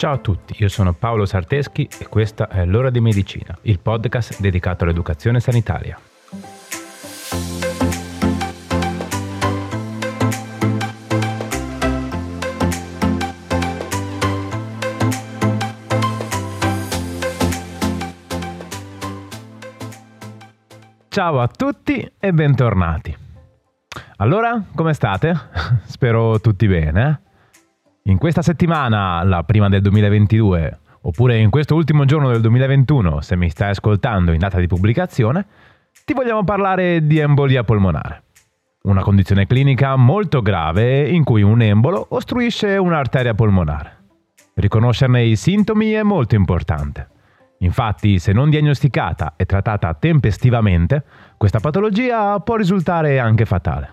Ciao a tutti, io sono Paolo Sarteschi e questa è L'Ora di Medicina, il podcast dedicato all'educazione sanitaria. Ciao a tutti e bentornati. Allora, come state? Spero tutti bene. In questa settimana, la prima del 2022, oppure in questo ultimo giorno del 2021, se mi stai ascoltando in data di pubblicazione, ti vogliamo parlare di embolia polmonare. Una condizione clinica molto grave in cui un embolo ostruisce un'arteria polmonare. Riconoscerne i sintomi è molto importante. Infatti, se non diagnosticata e trattata tempestivamente, questa patologia può risultare anche fatale.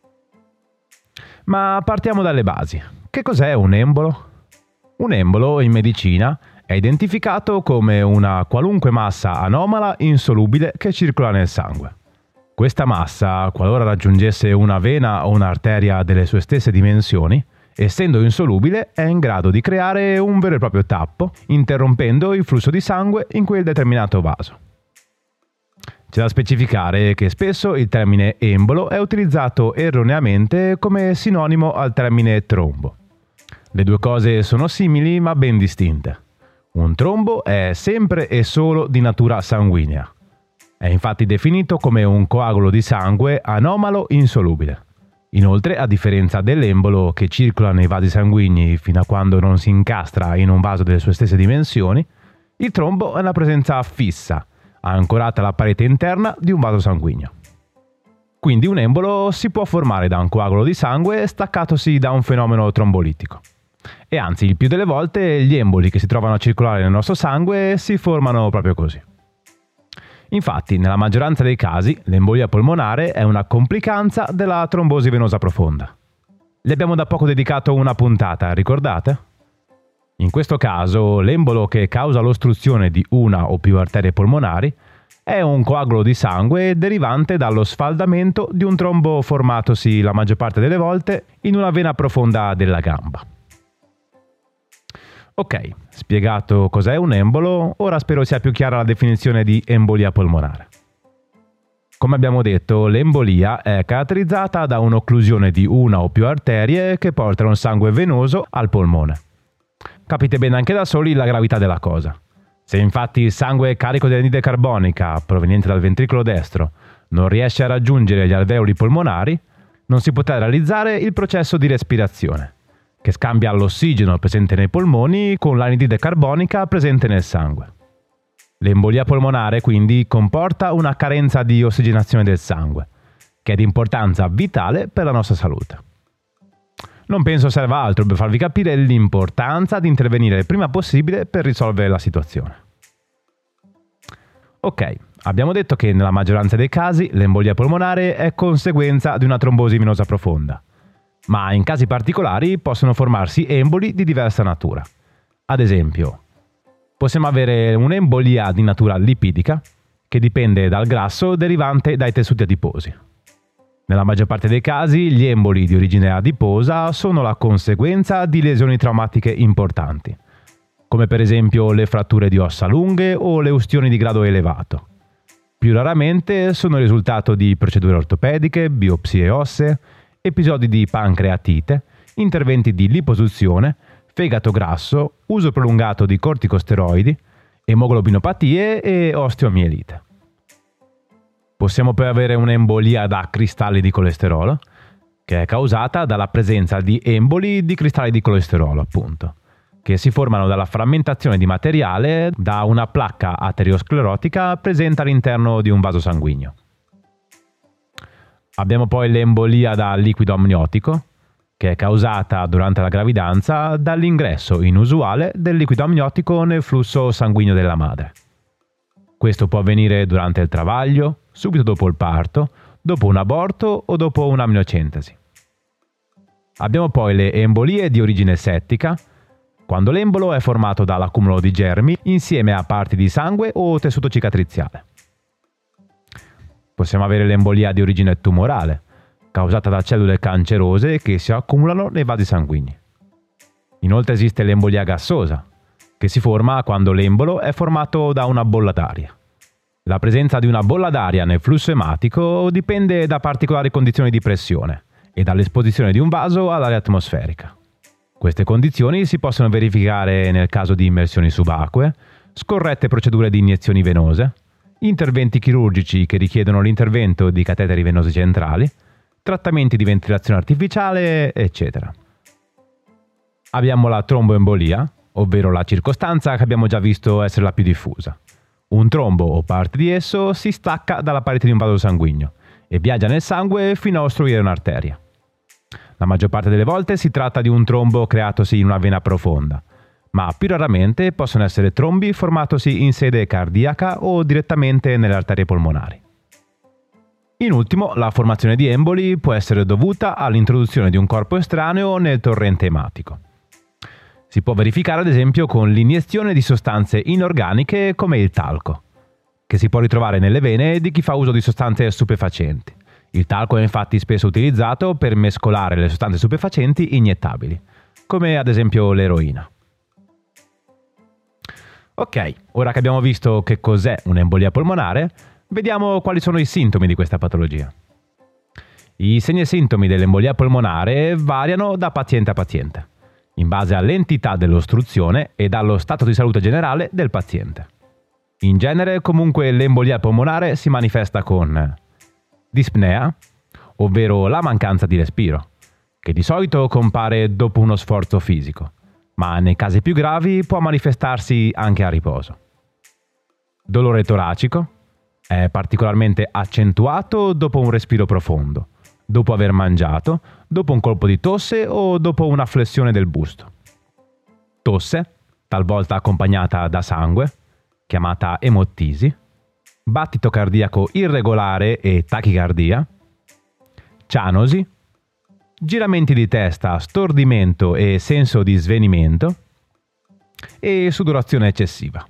Ma partiamo dalle basi. Che cos'è un embolo? Un embolo in medicina è identificato come una qualunque massa anomala insolubile che circola nel sangue. Questa massa, qualora raggiungesse una vena o un'arteria delle sue stesse dimensioni, essendo insolubile, è in grado di creare un vero e proprio tappo, interrompendo il flusso di sangue in quel determinato vaso. C'è da specificare che spesso il termine embolo è utilizzato erroneamente come sinonimo al termine trombo. Le due cose sono simili ma ben distinte. Un trombo è sempre e solo di natura sanguigna. È infatti definito come un coagulo di sangue anomalo insolubile. Inoltre, a differenza dell'embolo che circola nei vasi sanguigni fino a quando non si incastra in un vaso delle sue stesse dimensioni, il trombo è una presenza fissa, ancorata alla parete interna di un vaso sanguigno. Quindi un embolo si può formare da un coagulo di sangue staccatosi da un fenomeno trombolitico. E anzi, il più delle volte gli emboli che si trovano a circolare nel nostro sangue si formano proprio così. Infatti, nella maggioranza dei casi, l'embolia polmonare è una complicanza della trombosi venosa profonda. Le abbiamo da poco dedicato una puntata, ricordate? In questo caso, l'embolo che causa l'ostruzione di una o più arterie polmonari è un coagulo di sangue derivante dallo sfaldamento di un trombo formatosi la maggior parte delle volte in una vena profonda della gamba. Ok, spiegato cos'è un embolo, ora spero sia più chiara la definizione di embolia polmonare. Come abbiamo detto, l'embolia è caratterizzata da un'occlusione di una o più arterie che portano il sangue venoso al polmone. Capite bene anche da soli la gravità della cosa. Se infatti il sangue carico di anidride carbonica proveniente dal ventricolo destro non riesce a raggiungere gli alveoli polmonari, non si potrà realizzare il processo di respirazione, che scambia l'ossigeno presente nei polmoni con l'anidride carbonica presente nel sangue. L'embolia polmonare quindi comporta una carenza di ossigenazione del sangue, che è di importanza vitale per la nostra salute. Non penso serva altro per farvi capire l'importanza di intervenire il prima possibile per risolvere la situazione. Ok, abbiamo detto che nella maggioranza dei casi l'embolia polmonare è conseguenza di una trombosi venosa profonda, ma in casi particolari possono formarsi emboli di diversa natura. Ad esempio, possiamo avere un'embolia di natura lipidica che dipende dal grasso derivante dai tessuti adiposi. Nella maggior parte dei casi, gli emboli di origine adiposa sono la conseguenza di lesioni traumatiche importanti, come per esempio le fratture di ossa lunghe o le ustioni di grado elevato. Più raramente sono il risultato di procedure ortopediche, biopsie ossee, episodi di pancreatite, interventi di liposuzione, fegato grasso, uso prolungato di corticosteroidi, emoglobinopatie e osteomielite. Possiamo poi avere un'embolia da cristalli di colesterolo, che è causata dalla presenza di emboli di cristalli di colesterolo, appunto, che si formano dalla frammentazione di materiale da una placca aterosclerotica presente all'interno di un vaso sanguigno. Abbiamo poi l'embolia da liquido amniotico, che è causata durante la gravidanza dall'ingresso inusuale del liquido amniotico nel flusso sanguigno della madre. Questo può avvenire durante il travaglio, subito dopo il parto, dopo un aborto o dopo un'amniocentesi. Abbiamo poi le embolie di origine settica, quando l'embolo è formato dall'accumulo di germi insieme a parti di sangue o tessuto cicatriziale. Possiamo avere l'embolia di origine tumorale, causata da cellule cancerose che si accumulano nei vasi sanguigni. Inoltre esiste l'embolia gassosa, che si forma quando l'embolo è formato da una bolla d'aria. La presenza di una bolla d'aria nel flusso ematico dipende da particolari condizioni di pressione e dall'esposizione di un vaso all'aria atmosferica. Queste condizioni si possono verificare nel caso di immersioni subacquee, scorrette procedure di iniezioni venose, interventi chirurgici che richiedono l'intervento di cateteri venosi centrali, trattamenti di ventilazione artificiale, eccetera. Abbiamo la tromboembolia, ovvero la circostanza che abbiamo già visto essere la più diffusa. Un trombo o parte di esso si stacca dalla parete di un vaso sanguigno e viaggia nel sangue fino a ostruire un'arteria. La maggior parte delle volte si tratta di un trombo creatosi in una vena profonda, ma più raramente possono essere trombi formatosi in sede cardiaca o direttamente nelle arterie polmonari. In ultimo, la formazione di emboli può essere dovuta all'introduzione di un corpo estraneo nel torrente ematico. Si può verificare ad esempio con l'iniezione di sostanze inorganiche come il talco, che si può ritrovare nelle vene di chi fa uso di sostanze stupefacenti. Il talco è infatti spesso utilizzato per mescolare le sostanze stupefacenti iniettabili, come ad esempio l'eroina. Ok, ora che abbiamo visto che cos'è un'embolia polmonare, vediamo quali sono i sintomi di questa patologia. I segni e sintomi dell'embolia polmonare variano da paziente a paziente, in base all'entità dell'ostruzione e dallo stato di salute generale del paziente. In genere, comunque, l'embolia polmonare si manifesta con dispnea, ovvero la mancanza di respiro, che di solito compare dopo uno sforzo fisico, ma nei casi più gravi può manifestarsi anche a riposo. Dolore toracico, è particolarmente accentuato dopo un respiro profondo, dopo aver mangiato, dopo un colpo di tosse o dopo una flessione del busto. Tosse, talvolta accompagnata da sangue, chiamata emottisi, battito cardiaco irregolare e tachicardia, cianosi, giramenti di testa, stordimento e senso di svenimento e sudorazione eccessiva.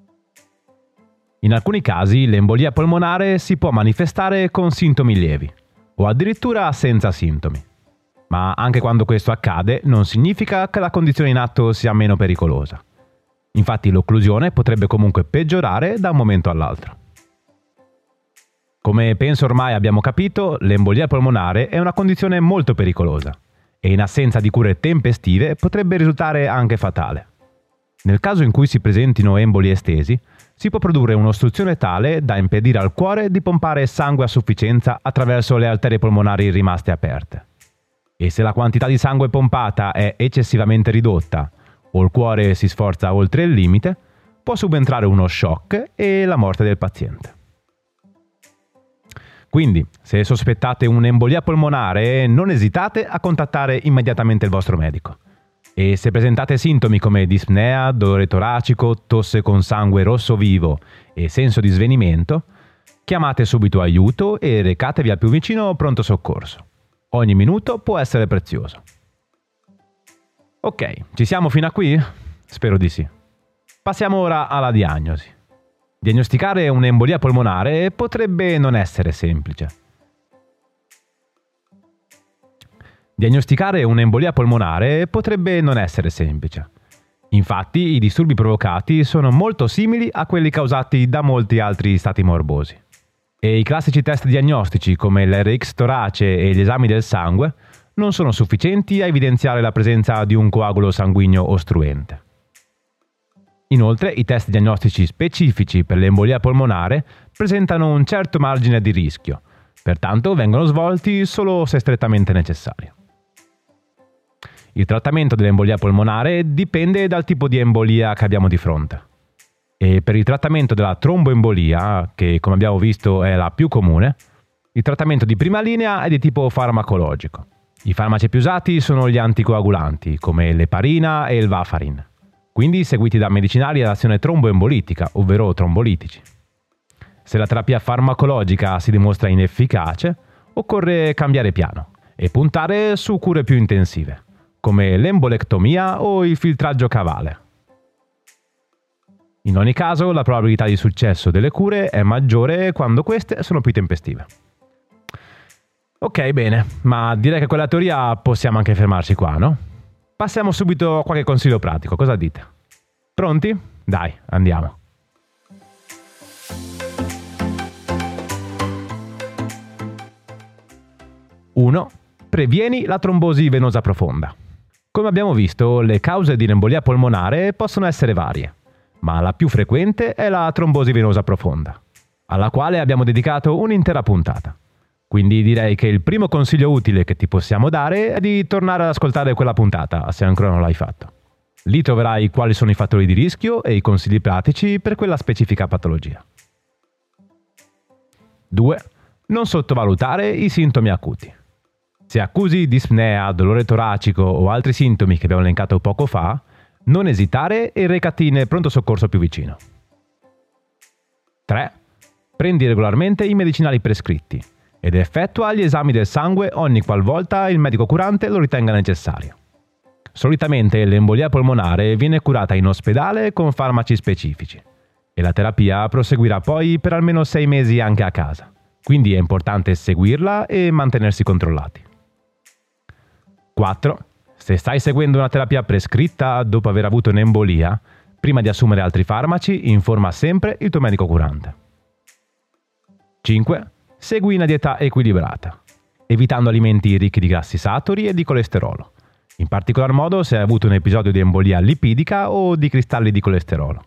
In alcuni casi l'embolia polmonare si può manifestare con sintomi lievi o addirittura senza sintomi, ma anche quando questo accade non significa che la condizione in atto sia meno pericolosa. Infatti l'occlusione potrebbe comunque peggiorare da un momento all'altro. Come penso ormai abbiamo capito, l'embolia polmonare è una condizione molto pericolosa e in assenza di cure tempestive potrebbe risultare anche fatale. Nel caso in cui si presentino emboli estesi, si può produrre un'ostruzione tale da impedire al cuore di pompare sangue a sufficienza attraverso le arterie polmonari rimaste aperte. E se la quantità di sangue pompata è eccessivamente ridotta o il cuore si sforza oltre il limite, può subentrare uno shock e la morte del paziente. Quindi, se sospettate un'embolia polmonare, non esitate a contattare immediatamente il vostro medico. E se presentate sintomi come dispnea, dolore toracico, tosse con sangue rosso vivo e senso di svenimento, chiamate subito aiuto e recatevi al più vicino pronto soccorso. Ogni minuto può essere prezioso. Ok, ci siamo fino a qui? Spero di sì. Passiamo ora alla diagnosi. Diagnosticare un'embolia polmonare potrebbe non essere semplice. Diagnosticare un'embolia polmonare potrebbe non essere semplice. Infatti, i disturbi provocati sono molto simili a quelli causati da molti altri stati morbosi. E i classici test diagnostici come l'RX torace e gli esami del sangue non sono sufficienti a evidenziare la presenza di un coagulo sanguigno ostruente. Inoltre, i test diagnostici specifici per l'embolia polmonare presentano un certo margine di rischio, pertanto vengono svolti solo se strettamente necessario. Il trattamento dell'embolia polmonare dipende dal tipo di embolia che abbiamo di fronte. E per il trattamento della tromboembolia, che come abbiamo visto è la più comune, il trattamento di prima linea è di tipo farmacologico. I farmaci più usati sono gli anticoagulanti, come l'eparina e il varfarin, quindi seguiti da medicinali ad azione tromboembolitica, ovvero trombolitici. Se la terapia farmacologica si dimostra inefficace, occorre cambiare piano e puntare su cure più intensive, come l'embolectomia o il filtraggio cavale. In ogni caso, la probabilità di successo delle cure è maggiore quando queste sono più tempestive. Ok, bene, ma direi che con la teoria possiamo anche fermarci qua, no? Passiamo subito a qualche consiglio pratico, cosa dite? Pronti? Dai, andiamo. 1. Previeni la trombosi venosa profonda. Come abbiamo visto, le cause di un'embolia polmonare possono essere varie, ma la più frequente è la trombosi venosa profonda, alla quale abbiamo dedicato un'intera puntata. Quindi direi che il primo consiglio utile che ti possiamo dare è di tornare ad ascoltare quella puntata, se ancora non l'hai fatto. Lì troverai quali sono i fattori di rischio e i consigli pratici per quella specifica patologia. 2. Non sottovalutare i sintomi acuti. Se accusi dispnea, dolore toracico o altri sintomi che abbiamo elencato poco fa, non esitare e recati in pronto soccorso più vicino. 3. Prendi regolarmente i medicinali prescritti ed effettua gli esami del sangue ogni qualvolta il medico curante lo ritenga necessario. Solitamente l'embolia polmonare viene curata in ospedale con farmaci specifici e la terapia proseguirà poi per almeno 6 mesi anche a casa, quindi è importante seguirla e mantenersi controllati. 4. Se stai seguendo una terapia prescritta dopo aver avuto un'embolia, prima di assumere altri farmaci, informa sempre il tuo medico curante. 5. Segui una dieta equilibrata, evitando alimenti ricchi di grassi saturi e di colesterolo, in particolar modo se hai avuto un episodio di embolia lipidica o di cristalli di colesterolo.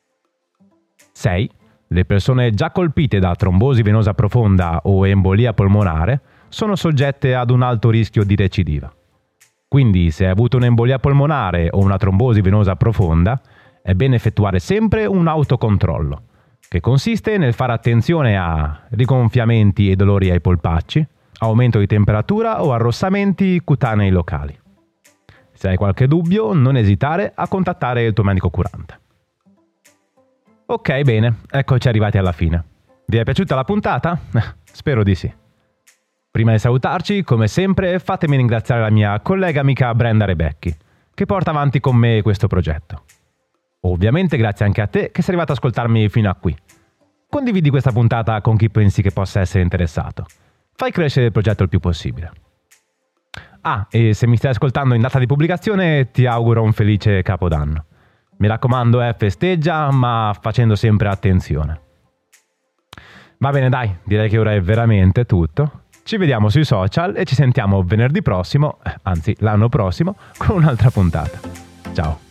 6. Le persone già colpite da trombosi venosa profonda o embolia polmonare sono soggette ad un alto rischio di recidiva. Quindi, se hai avuto un'embolia polmonare o una trombosi venosa profonda, è bene effettuare sempre un autocontrollo, che consiste nel fare attenzione a rigonfiamenti e dolori ai polpacci, aumento di temperatura o arrossamenti cutanei locali. Se hai qualche dubbio, non esitare a contattare il tuo medico curante. Ok, bene, eccoci arrivati alla fine. Vi è piaciuta la puntata? Spero di sì. Prima di salutarci, come sempre, fatemi ringraziare la mia collega amica Brenda Rebecchi, che porta avanti con me questo progetto. Ovviamente grazie anche a te che sei arrivato ad ascoltarmi fino a qui. Condividi questa puntata con chi pensi che possa essere interessato. Fai crescere il progetto il più possibile. Ah, e se mi stai ascoltando in data di pubblicazione, ti auguro un felice Capodanno. Mi raccomando, festeggia, ma facendo sempre attenzione. Va bene, dai, direi che ora è veramente tutto. Ci vediamo sui social e ci sentiamo venerdì prossimo, anzi l'anno prossimo, con un'altra puntata. Ciao!